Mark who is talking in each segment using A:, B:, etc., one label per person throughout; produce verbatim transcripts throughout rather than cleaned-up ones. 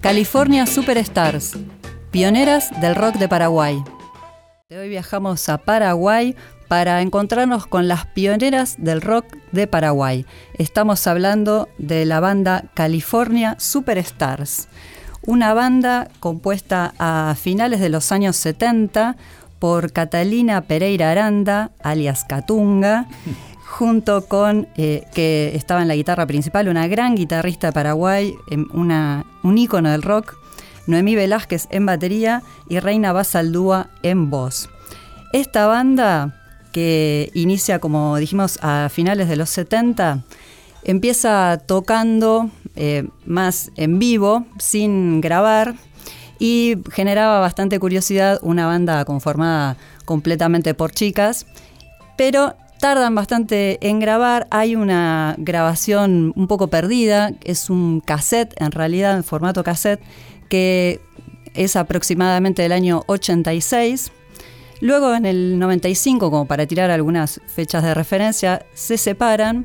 A: California Superstars, pioneras del rock de Paraguay. Hoy viajamos a Paraguay para encontrarnos con las pioneras del rock de Paraguay. Estamos hablando de la banda California Superstars, una banda compuesta a finales de los años setenta por Catalina Pereira Aranda, alias Catunga, junto con, eh, que estaba en la guitarra principal, una gran guitarrista de Paraguay, una, un ícono del rock, Noemí Velázquez en batería y Reina Basaldúa en voz. Esta banda, que inicia, como dijimos, a finales de los setenta, empieza tocando eh, más en vivo, sin grabar, y generaba bastante curiosidad, una banda conformada completamente por chicas, pero tardan bastante en grabar. Hay una grabación un poco perdida, es un cassette, en realidad en formato cassette, que es aproximadamente del año ochenta y seis. Luego en el noventa y cinco, como para tirar algunas fechas de referencia, se separan,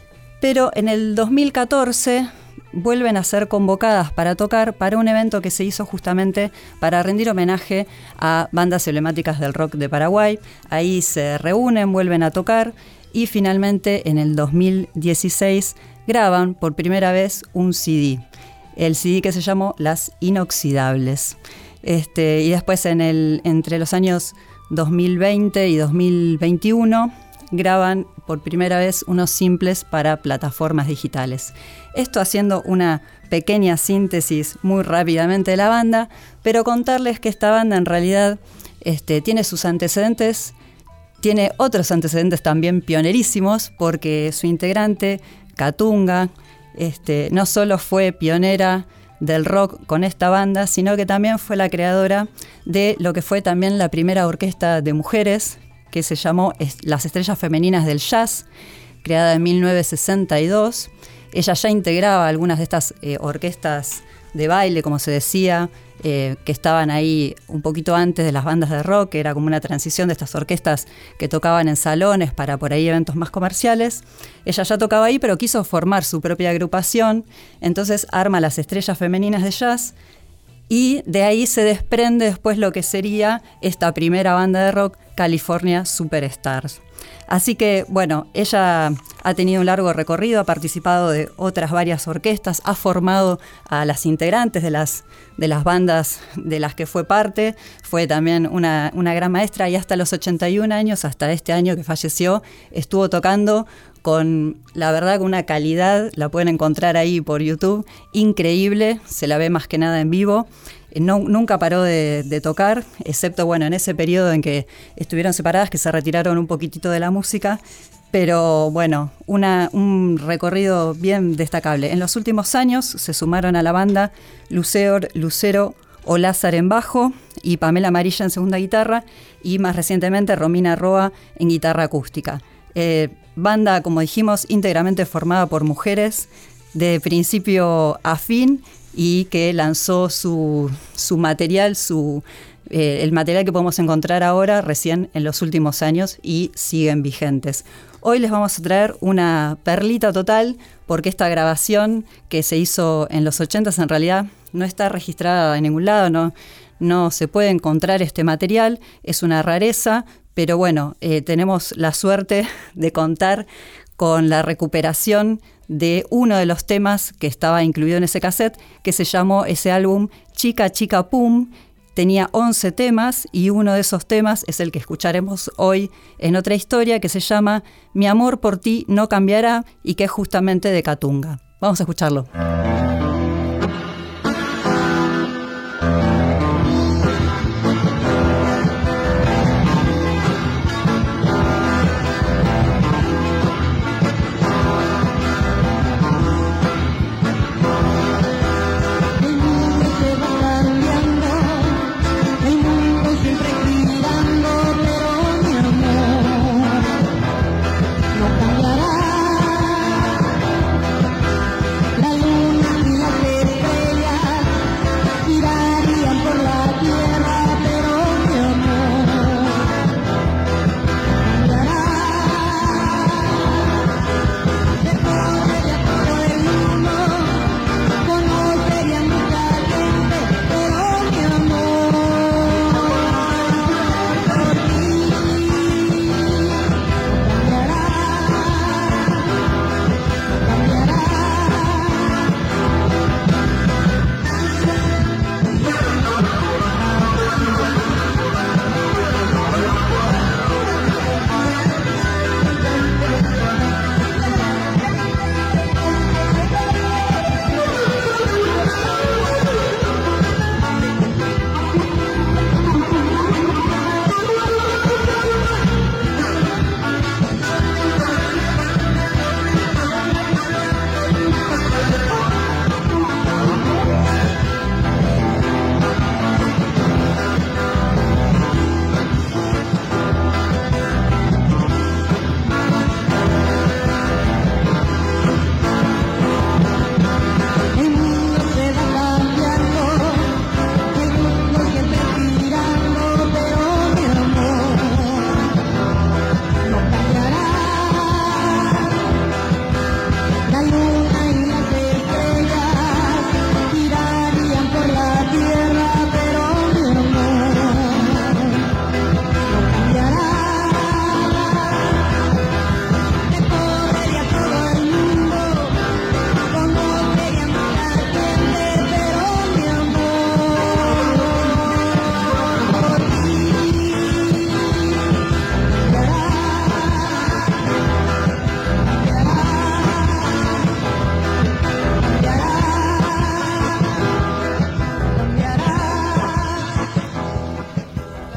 A: pero en el dos mil catorce vuelven a ser convocadas para tocar para un evento que se hizo justamente para rendir homenaje a bandas emblemáticas del rock de Paraguay. Ahí se reúnen, vuelven a tocar y finalmente en el dos mil dieciséis graban por primera vez un C D. El C D que se llamó Las Inoxidables. Este, y después en el, entre los años dos mil veinte y dos mil veintiuno graban por primera vez unos simples para plataformas digitales. Esto haciendo una pequeña síntesis muy rápidamente de la banda, pero contarles que esta banda en realidad este, tiene sus antecedentes, tiene otros antecedentes también pionerísimos, porque su integrante, Catunga, este, no solo fue pionera del rock con esta banda, sino que también fue la creadora de lo que fue también la primera orquesta de mujeres, que se llamó Las Estrellas Femeninas del Jazz, creada en mil novecientos sesenta y dos. Ella ya integraba algunas de estas eh, orquestas de baile, como se decía, eh, que estaban ahí un poquito antes de las bandas de rock, que era como una transición de estas orquestas que tocaban en salones para por ahí eventos más comerciales. Ella ya tocaba ahí, pero quiso formar su propia agrupación, entonces arma Las Estrellas Femeninas de Jazz, y de ahí se desprende después lo que sería esta primera banda de rock, California Superstars. Así que, bueno, ella ha tenido un largo recorrido, ha participado de otras varias orquestas, ha formado a las integrantes de las, de las bandas de las que fue parte, fue también una, una gran maestra, y hasta los ochenta y un años, hasta este año que falleció, estuvo tocando con, la verdad, con una calidad, la pueden encontrar ahí por YouTube, increíble, se la ve más que nada en vivo. No, nunca paró de, de tocar, excepto bueno en ese periodo en que estuvieron separadas, que se retiraron un poquitito de la música, pero bueno, una, un recorrido bien destacable. En los últimos años se sumaron a la banda Lucero, Lucero Olázar en bajo y Pamela Amarilla en segunda guitarra, y más recientemente Romina Roa en guitarra acústica. Eh, banda, como dijimos, íntegramente formada por mujeres de principio a fin, y que lanzó su, su material, su, eh, el material que podemos encontrar ahora recién en los últimos años, y siguen vigentes. Hoy les vamos a traer una perlita total, porque esta grabación que se hizo en los ochentas en realidad no está registrada en ningún lado, no, no se puede encontrar este material, es una rareza, pero bueno, eh, tenemos la suerte de contar con la recuperación de uno de los temas que estaba incluido en ese cassette, que se llamó ese álbum Chica Chica Pum. Tenía once temas, y uno de esos temas es el que escucharemos hoy en otra historia, que se llama Mi amor por ti no cambiará, y que es justamente de Catunga. Vamos a escucharlo.
B: La luna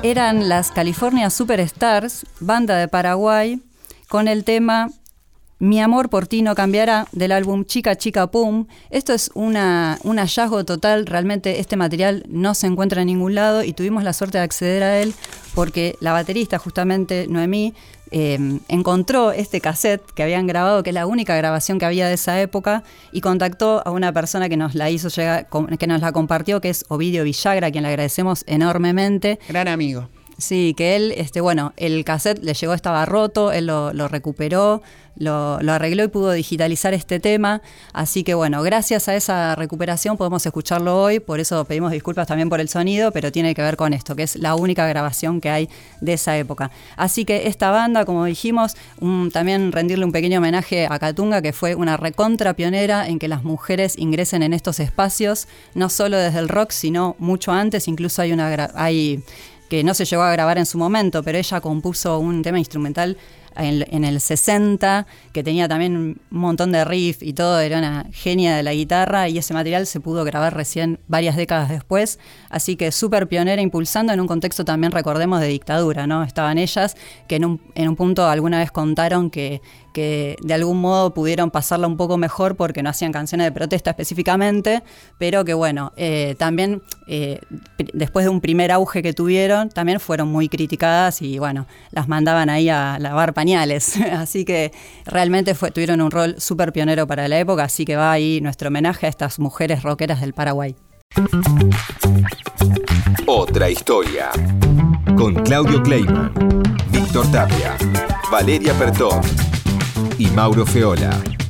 A: eran las California Superstars, banda de Paraguay, con el tema Mi amor por ti no cambiará, del álbum Chica Chica Pum. Esto es una, un hallazgo total, realmente este material no se encuentra en ningún lado y tuvimos la suerte de acceder a él porque la baterista, justamente Noemí, eh, encontró este cassette que habían grabado, que es la única grabación que había de esa época, y contactó a una persona que nos la hizo llegar, que nos la compartió, que es Ovidio Villagra, a quien le agradecemos enormemente.
B: Gran amigo.
A: Sí, que él, este, bueno, el cassette le llegó, estaba roto, él lo, lo recuperó, lo, lo arregló y pudo digitalizar este tema. Así que bueno, gracias a esa recuperación podemos escucharlo hoy, por eso pedimos disculpas también por el sonido, pero tiene que ver con esto, que es la única grabación que hay de esa época. Así que esta banda, como dijimos, un, también rendirle un pequeño homenaje a Catunga, que fue una recontra pionera en que las mujeres ingresen en estos espacios, no solo desde el rock, sino mucho antes. Incluso hay una... hay que no se llegó a grabar en su momento, pero ella compuso un tema instrumental en, en el sesenta, que tenía también un montón de riff y todo, era una genia de la guitarra, y ese material se pudo grabar recién varias décadas después, así que súper pionera, impulsando en un contexto también, recordemos, de dictadura, ¿no? Estaban ellas, que en un, en un punto alguna vez contaron que que de algún modo pudieron pasarla un poco mejor porque no hacían canciones de protesta específicamente, pero que bueno, eh, también eh, después de un primer auge que tuvieron, también fueron muy criticadas y bueno, las mandaban ahí a lavar pañales, así que realmente fue, tuvieron un rol súper pionero para la época, así que va ahí nuestro homenaje a estas mujeres rockeras del Paraguay.
C: Otra historia, con Claudio Kleiman, Víctor Tapia, Valeria Pertón y Mauro Feola.